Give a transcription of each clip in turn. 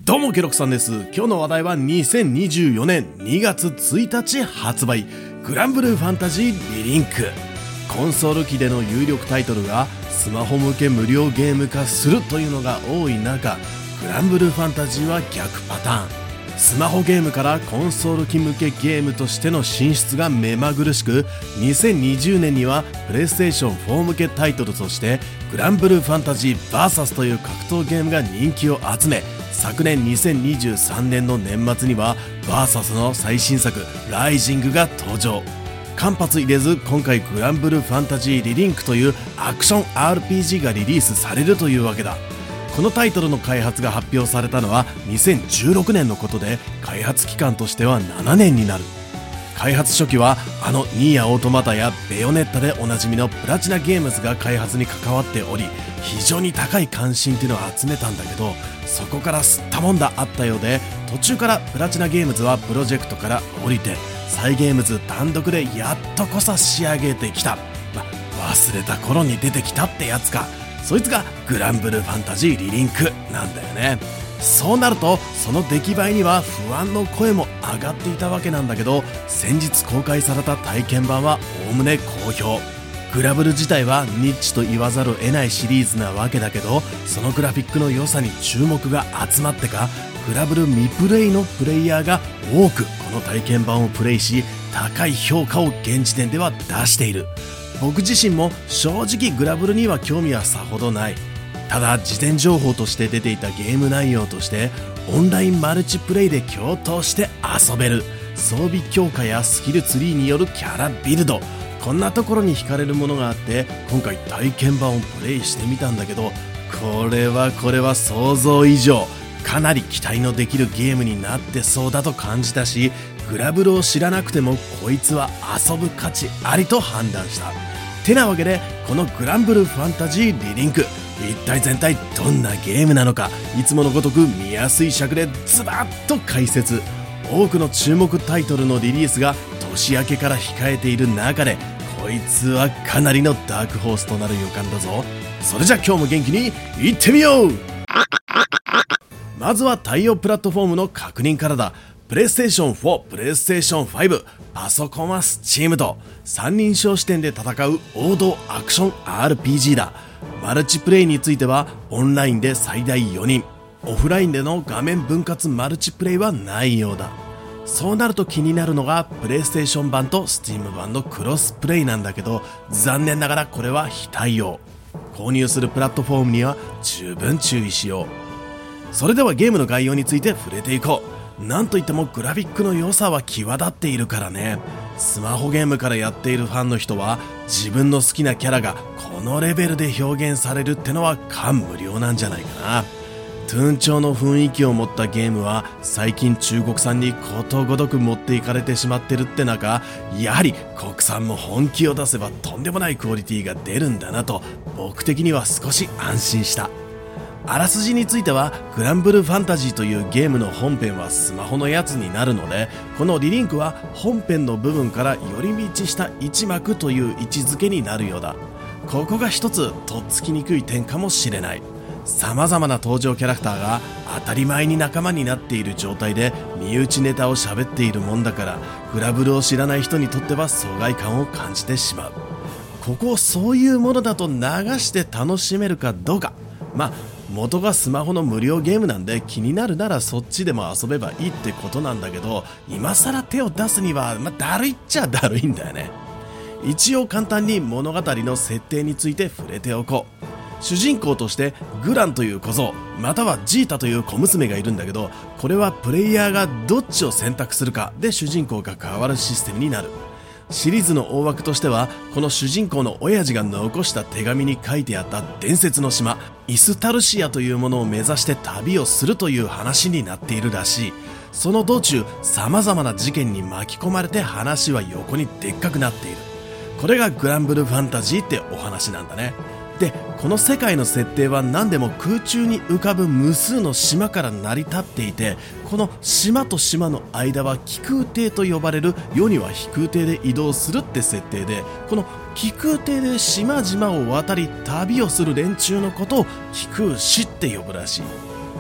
どうもケロクさんです。今日の話題は2024年2月1日発売、グランブルーファンタジーリリンク。コンソール機での有力タイトルがスマホ向け無料ゲーム化するというのが多い中、グランブルーファンタジーは逆パターン。スマホゲームからコンソール機向けゲームとしての進出が目まぐるしく、2020年にはプレイステーション4向けタイトルとしてグランブルーファンタジー VS という格闘ゲームが人気を集め、昨年2023年の年末には VS の最新作ライジングが登場。間髪入れず今回グランブルーファンタジーリリンクというアクション RPG がリリースされるというわけだ。このタイトルの開発が発表されたのは2016年のことで、開発期間としては7年になる。開発初期はニーヤオートマタやベヨネッタでおなじみのプラチナゲームズが開発に関わっており、非常に高い関心っていうのを集めたんだけど、そこから吸ったもんだあったようで、途中からプラチナゲームズはプロジェクトから降りてサイゲームズ単独でやっとこさ仕上げてきた。忘れた頃に出てきたってやつか。そいつがグランブルーファンタジーリリンクなんだよね。そうなるとその出来栄えには不安の声も上がっていたわけなんだけど、先日公開された体験版はおおむね好評。グラブル自体はニッチと言わざるを得ないシリーズなわけだけど、そのグラフィックの良さに注目が集まってか、グラブル未プレイのプレイヤーが多くこの体験版をプレイし、高い評価を現時点では出している。僕自身も正直グラブルには興味はさほどない。ただ事前情報として出ていたゲーム内容として、オンラインマルチプレイで共闘して遊べる、装備強化やスキルツリーによるキャラビルド、こんなところに惹かれるものがあって、今回体験版をプレイしてみたんだけど、これは想像以上かなり期待のできるゲームになってそうだと感じたし、グラブルを知らなくてもこいつは遊ぶ価値ありと判断した。てなわけで、このグランブルーファンタジーリリンク、一体全体どんなゲームなのか、いつものごとく見やすい尺でズバッと解説。多くの注目タイトルのリリースが年明けから控えている中で、こいつはかなりのダークホースとなる予感だぞ。それじゃ今日も元気にいってみよう。まずは対応プラットフォームの確認からだ。プレイステーション4、プレイステーション5、パソコンはスチームと三人称視点で戦う王道アクション RPG だ。マルチプレイについてはオンラインで最大4人、オフラインでの画面分割マルチプレイはないようだ。そうなると気になるのがプレイステーション版とスチーム版のクロスプレイなんだけど、残念ながらこれは非対応。購入するプラットフォームには十分注意しよう。それではゲームの概要について触れていこう。なんといってもグラフィックの良さは際立っているからね。スマホゲームからやっているファンの人は、自分の好きなキャラがこのレベルで表現されるってのは感無量なんじゃないかな。トゥーン調の雰囲気を持ったゲームは最近中国産にことごとく持っていかれてしまってるって中、やはり国産も本気を出せばとんでもないクオリティが出るんだなと、僕的には少し安心した。あらすじについては、グランブルーファンタジーというゲームの本編はスマホのやつになるので、このリリンクは本編の部分から寄り道した一幕という位置づけになるようだ。ここが一つとっつきにくい点かもしれない。様々な登場キャラクターが当たり前に仲間になっている状態で身内ネタを喋っているもんだから、グラブルを知らない人にとっては疎外感を感じてしまう。ここをそういうものだと流して楽しめるかどうか。元がスマホの無料ゲームなんで、気になるならそっちでも遊べばいいってことなんだけど、今更手を出すにはだるいっちゃだるいんだよね。一応簡単に物語の設定について触れておこう。主人公としてグランという小僧、またはジータという小娘がいるんだけど、これはプレイヤーがどっちを選択するかで主人公が変わるシステムになる。シリーズの大枠としては、この主人公の親父が残した手紙に書いてあった伝説の島イスタルシアというものを目指して旅をするという話になっているらしい。その道中、様々な事件に巻き込まれて話は横にでっかくなっている。これがグランブルーファンタジーってお話なんだね。で、この世界の設定は何でも空中に浮かぶ無数の島から成り立っていて、この島と島の間は気空艇と呼ばれる、世には飛空艇で移動するって設定で、この気空艇で島々を渡り旅をする連中のことを気空士って呼ぶらしい。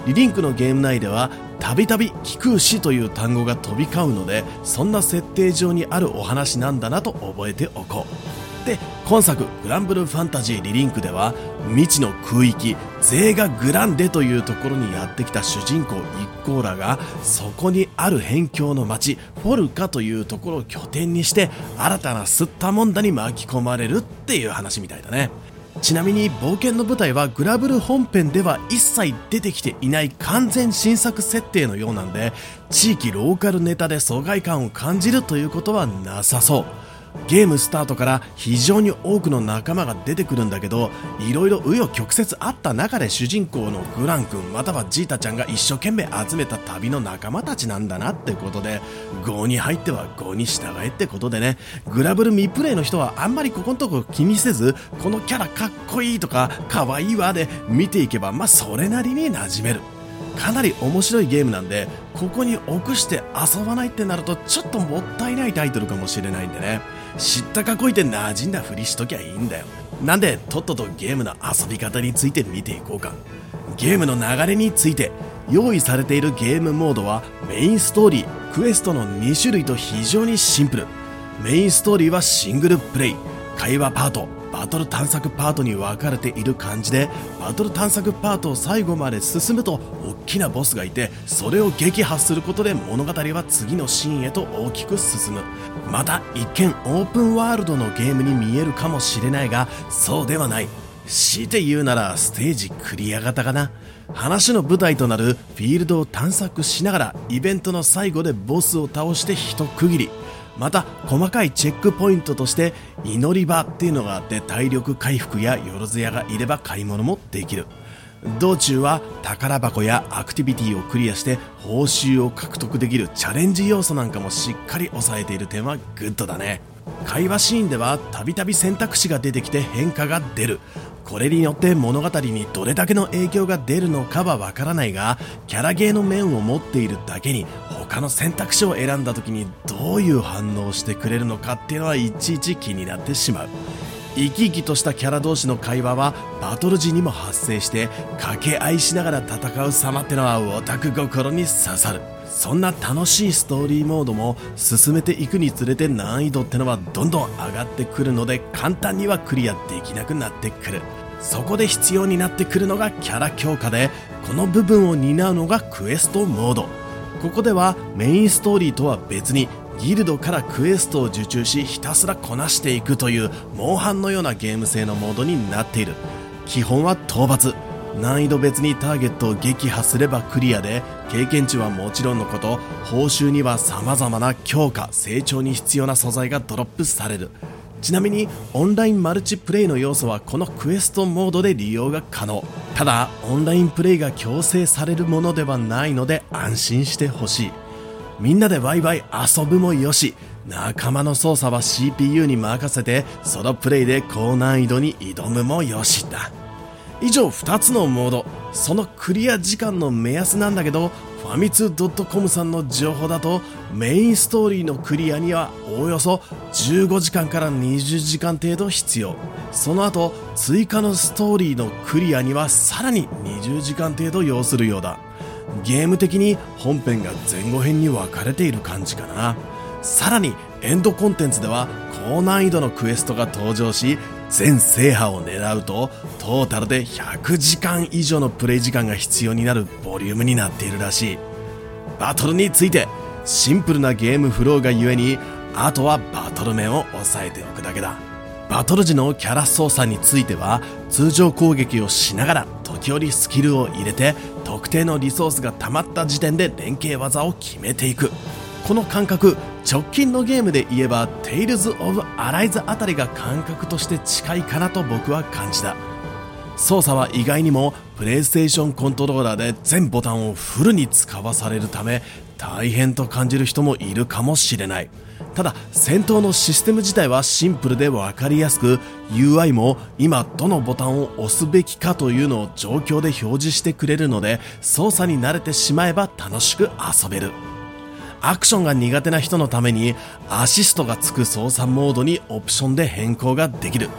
リリンクのゲーム内ではたびたび気空死という単語が飛び交うので、そんな設定上にあるお話なんだなと覚えておこう。で、今作グランブルーファンタジーリリンクでは未知の空域ゼーガグランデというところにやってきた主人公一行らが、そこにある辺境の町フォルカというところを拠点にして新たなすったもんだに巻き込まれるっていう話みたいだね。ちなみに冒険の舞台はグラブル本編では一切出てきていない完全新作設定のようなんで、地域ローカルネタで疎外感を感じるということはなさそう。ゲームスタートから非常に多くの仲間が出てくるんだけど、いろいろ紆余曲折あった中で主人公のグラン君またはジータちゃんが一生懸命集めた旅の仲間たちなんだなってことで、郷に入っては郷に従えってことでね、グラブル未プレイの人はあんまりここのとこ気にせず、このキャラかっこいいとかかわいいわで見ていけば、まあそれなりに馴染める。かなり面白いゲームなんで、ここに臆して遊ばないってなるとちょっともったいないタイトルかもしれないんでね、知ったかこいて馴染んだふりしときゃいいんだよ。なんでとっととゲームの遊び方について見ていこうか。ゲームの流れについて、用意されているゲームモードはメインストーリー、クエストの2種類と非常にシンプル。メインストーリーはシングルプレイ、会話パート、バトル探索パートに分かれている感じで、バトル探索パートを最後まで進むと大きなボスがいて、それを撃破することで物語は次のシーンへと大きく進む。また一見オープンワールドのゲームに見えるかもしれないが、そうではない。強いて言うならステージクリア型かな。話の舞台となるフィールドを探索しながらイベントの最後でボスを倒して一区切り。また細かいチェックポイントとして祈り場っていうのがあって、体力回復やよろずやがいれば買い物もできる。道中は宝箱やアクティビティをクリアして報酬を獲得できるチャレンジ要素なんかもしっかり抑えている点はグッドだね。会話シーンではたびたび選択肢が出てきて変化が出る。これによって物語にどれだけの影響が出るのかはわからないが、キャラゲーの面を持っているだけに他の選択肢を選んだ時にどういう反応をしてくれるのかっていうのはいちいち気になってしまう。生き生きとしたキャラ同士の会話はバトル時にも発生して、掛け合いしながら戦う様ってのはオタク心に刺さる。そんな楽しいストーリーモードも進めていくにつれて難易度ってのはどんどん上がってくるので、簡単にはクリアできなくなってくる。そこで必要になってくるのがキャラ強化で、この部分を担うのがクエストモード。ここではメインストーリーとは別にギルドからクエストを受注しひたすらこなしていくというモンハンのようなゲーム性のモードになっている。基本は討伐、難易度別にターゲットを撃破すればクリアで、経験値はもちろんのこと報酬には様々な強化成長に必要な素材がドロップされる。ちなみにオンラインマルチプレイの要素はこのクエストモードで利用が可能。ただオンラインプレイが強制されるものではないので安心してほしい。みんなでワイワイ遊ぶもよし、仲間の操作は CPU に任せてソロプレイで高難易度に挑むもよしだ。以上2つのモード、そのクリア時間の目安なんだけど、ファミツー .com さんの情報だとメインストーリーのクリアにはおおよそ15時間から20時間程度必要。その後追加のストーリーのクリアにはさらに20時間程度要するようだ。ゲーム的に本編が前後編に分かれている感じかな。さらにエンドコンテンツでは高難易度のクエストが登場し、全制覇を狙うとトータルで100時間以上のプレイ時間が必要になるボリュームになっているらしい。バトルについてシンプルなゲームフローがゆえに、あとはバトル面を押さえておくだけだ。バトル時のキャラ操作については通常攻撃をしながら時折スキルを入れて、特定のリソースが溜まった時点で連携技を決めていく。この感覚、直近のゲームで言えばテイルズ・オブ・アライズあたりが感覚として近いかなと僕は感じた。操作は意外にもプレイステーションコントローラーで全ボタンをフルに使わされるため大変と感じる人もいるかもしれない。ただ戦闘のシステム自体はシンプルで分かりやすく、 UI も今どのボタンを押すべきかというのを状況で表示してくれるので、操作に慣れてしまえば楽しく遊べる。アクションが苦手な人のためにアシストがつく操作モードにオプションで変更ができる。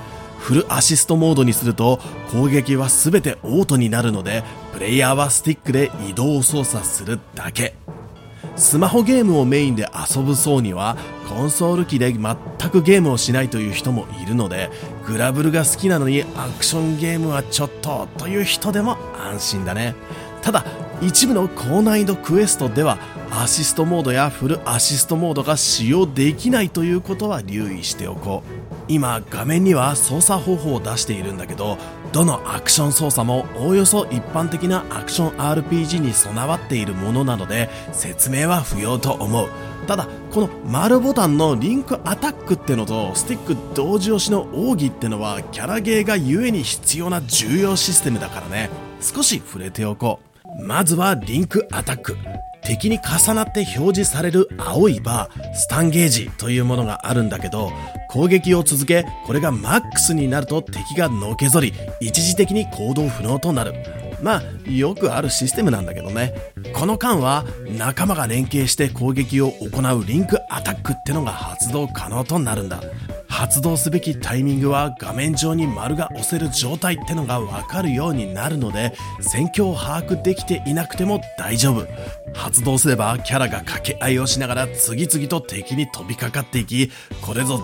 フルアシストモードにすると攻撃は全てオートになるので、プレイヤーはスティックで移動を操作するだけ。スマホゲームをメインで遊ぶ層にはコンソール機で全くゲームをしないという人もいるので、グラブルが好きなのにアクションゲームはちょっとという人でも安心だね。ただ一部の高難易度クエストではアシストモードやフルアシストモードが使用できないということは留意しておこう。今画面には操作方法を出しているんだけど、どのアクション操作もおおよそ一般的なアクション RPG に備わっているものなので説明は不要と思う。ただこの丸ボタンのリンクアタックってのとスティック同時押しの奥義ってのはキャラゲーがゆえに必要な重要システムだからね、少し触れておこう。まずはリンクアタック。敵に重なって表示される青いバー、スタンゲージというものがあるんだけど、攻撃を続けこれがマックスになると敵がのけぞり一時的に行動不能となる。まあよくあるシステムなんだけどね。この間は仲間が連携して攻撃を行うリンクアタックってのが発動可能となるんだ。発動すべきタイミングは画面上に丸が押せる状態ってのが分かるようになるので、戦況を把握できていなくても大丈夫。発動すればキャラが掛け合いをしながら次々と敵に飛びかかっていき、これぞ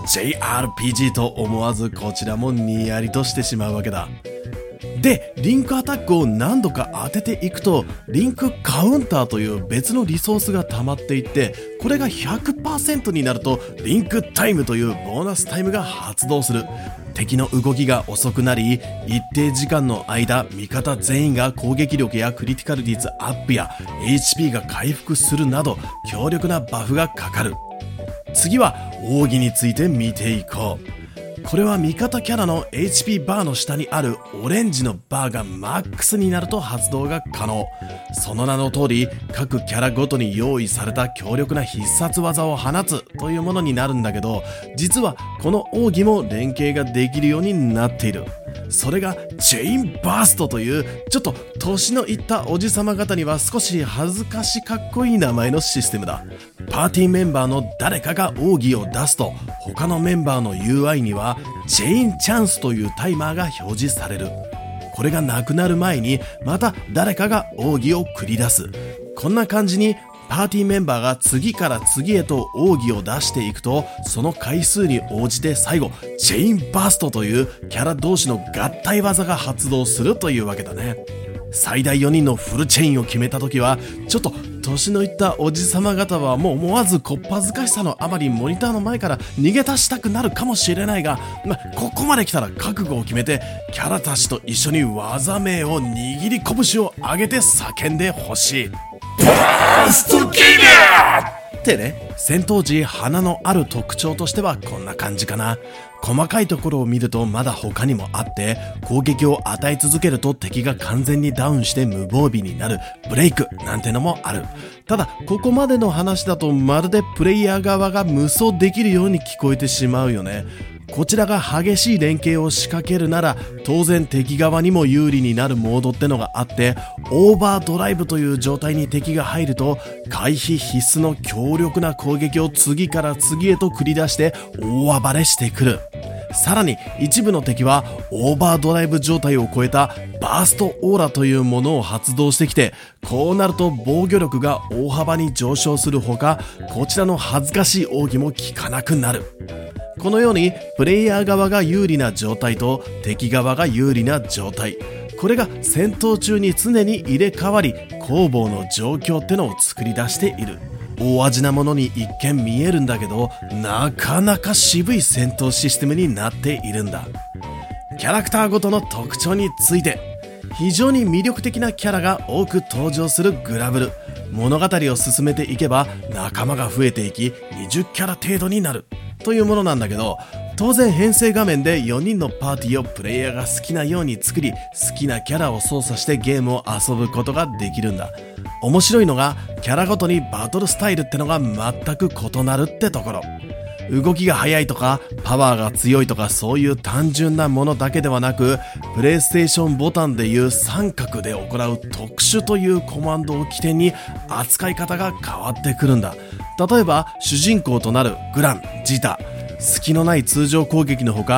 JRPG と思わずこちらもにやりとしてしまうわけだ。で、リンクアタックを何度か当てていくとリンクカウンターという別のリソースが溜まっていって、これが 100% になるとリンクタイムというボーナスタイムが発動する。敵の動きが遅くなり一定時間の間味方全員が攻撃力やクリティカル率アップや HP が回復するなど強力なバフがかかる。次は奥義について見ていこう。これは味方キャラの HP バーの下にあるオレンジのバーがマックスになると発動が可能。その名の通り各キャラごとに用意された強力な必殺技を放つというものになるんだけど、実はこの奥義も連携ができるようになっている。それがチェインバーストというちょっと年のいったおじさま方には少し恥ずかしかっこいい名前のシステムだ。パーティーメンバーの誰かが奥義を出すと他のメンバーの UI にはチェインチャンスというタイマーが表示される。これがなくなる前にまた誰かが奥義を繰り出す。こんな感じにパーティーメンバーが次から次へと奥義を出していくと、その回数に応じて最後チェインバーストというキャラ同士の合体技が発動するというわけだね。最大4人のフルチェインを決めた時はちょっと年のいったおじさま方はもう思わずこっぱずかしさのあまりモニターの前から逃げ出したくなるかもしれないが、ここまで来たら覚悟を決めてキャラたちと一緒に技名を握り拳を上げて叫んでほしい。バーストキラーってね。戦闘時花のある特徴としてはこんな感じかな。細かいところを見るとまだ他にもあって、攻撃を与え続けると敵が完全にダウンして無防備になるブレイクなんてのもある。ただここまでの話だとまるでプレイヤー側が無双できるように聞こえてしまうよね。こちらが激しい連携を仕掛けるなら当然敵側にも有利になるモードってのがあって、オーバードライブという状態に敵が入ると回避必須の強力な攻撃を次から次へと繰り出して大暴れしてくる。さらに一部の敵はオーバードライブ状態を超えたバーストオーラというものを発動してきて、こうなると防御力が大幅に上昇するほか、こちらの恥ずかしい奥義も効かなくなる。このようにプレイヤー側が有利な状態と敵側が有利な状態、これが戦闘中に常に入れ替わり攻防の状況ってのを作り出している。大味なものに一見見えるんだけど、なかなか渋い戦闘システムになっているんだ。キャラクターごとの特徴について、非常に魅力的なキャラが多く登場するグラブル。物語を進めていけば仲間が増えていき20キャラ程度になるというものなんだけど、当然編成画面で4人のパーティーをプレイヤーが好きなように作り、好きなキャラを操作してゲームを遊ぶことができるんだ。面白いのがキャラごとにバトルスタイルってのが全く異なるってところ。動きが速いとかパワーが強いとかそういう単純なものだけではなく、プレイステーションボタンでいう三角で行う特殊というコマンドを起点に扱い方が変わってくるんだ。例えば主人公となるグラン、ジタ、隙のない通常攻撃のほか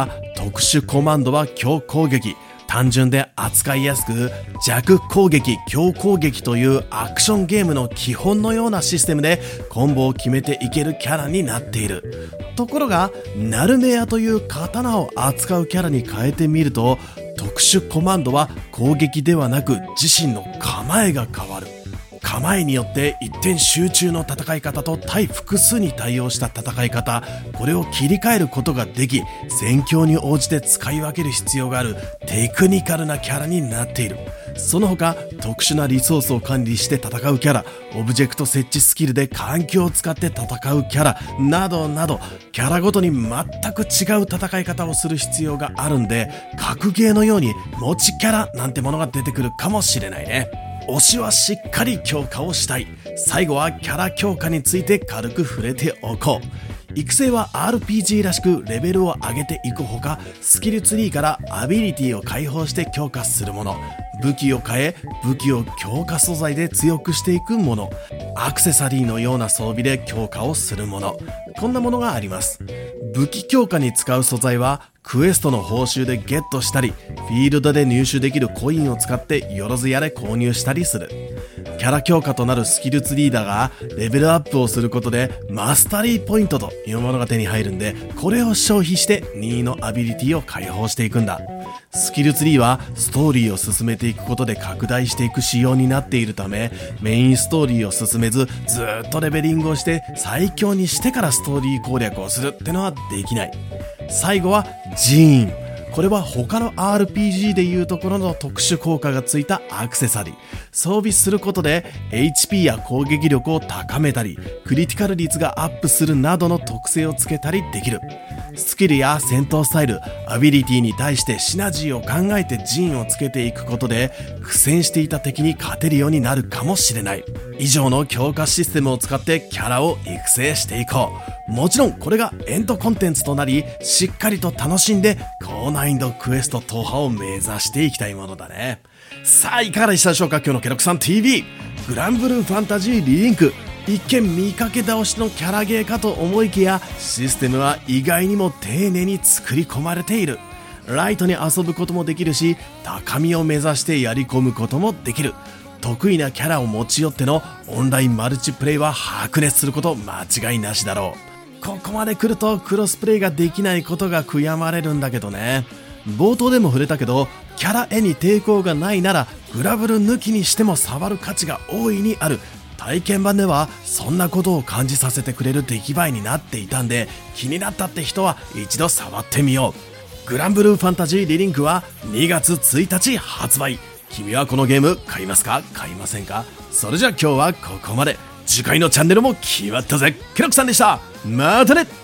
特殊コマンドは強攻撃、単純で扱いやすく弱攻撃、強攻撃というアクションゲームの基本のようなシステムでコンボを決めていけるキャラになっている。ところがナルメヤという刀を扱うキャラに変えてみると、特殊コマンドは攻撃ではなく自身の構えが変わる。構えによって一点集中の戦い方と対複数に対応した戦い方、これを切り替えることができ、戦況に応じて使い分ける必要があるテクニカルなキャラになっている。その他特殊なリソースを管理して戦うキャラ、オブジェクト設置スキルで環境を使って戦うキャラなどなど、キャラごとに全く違う戦い方をする必要があるんで、格ゲーのように持ちキャラなんてものが出てくるかもしれないね。推しはしっかり強化をしたい。最後はキャラ強化について軽く触れておこう。育成は RPG らしくレベルを上げていくほか、スキルツリーからアビリティを解放して強化するもの、武器を変え武器を強化素材で強くしていくもの、アクセサリーのような装備で強化をするもの、こんなものがあります。武器強化に使う素材はクエストの報酬でゲットしたり、フィールドで入手できるコインを使ってよろずやで購入したりする。キャラ強化となるスキルツリーダーがレベルアップをすることでマスタリーポイントというものが手に入るんで、これを消費して任意のアビリティを解放していくんだ。スキルツリーはストーリーを進めていくことで拡大していく仕様になっているため、メインストーリーを進めずずっとレベリングをして最強にしてからストーリー攻略をするってのはできない。最後はジーン。これは他の RPG でいうところの特殊効果がついたアクセサリー。装備することで HP や攻撃力を高めたり、クリティカル率がアップするなどの特性をつけたりできる。スキルや戦闘スタイル、アビリティに対してシナジーを考えて陣をつけていくことで苦戦していた敵に勝てるようになるかもしれない。以上の強化システムを使ってキャラを育成していこう。もちろんこれがエンドコンテンツとなり、しっかりと楽しんで高難易度クエスト踏破を目指していきたいものだね。さあいかがでしたでしょうか。今日のケロクさん TV グランブルーファンタジーリリンク、一見見かけ倒しのキャラゲーかと思いきや、システムは意外にも丁寧に作り込まれている。ライトに遊ぶこともできるし、高みを目指してやり込むこともできる。得意なキャラを持ち寄ってのオンラインマルチプレイは白熱すること間違いなしだろう。ここまで来るとクロスプレイができないことが悔やまれるんだけどね。冒頭でも触れたけど、キャラ絵に抵抗がないならグラブル抜きにしても触る価値が大いにある。体験版ではそんなことを感じさせてくれる出来栄えになっていたんで、気になったって人は一度触ってみよう。グランブルーファンタジーリリンクは2月1日発売。君はこのゲーム買いますか買いませんか。それじゃあ今日はここまで。次回のチャンネルも決まったぜ。ケロクさんでした。またね。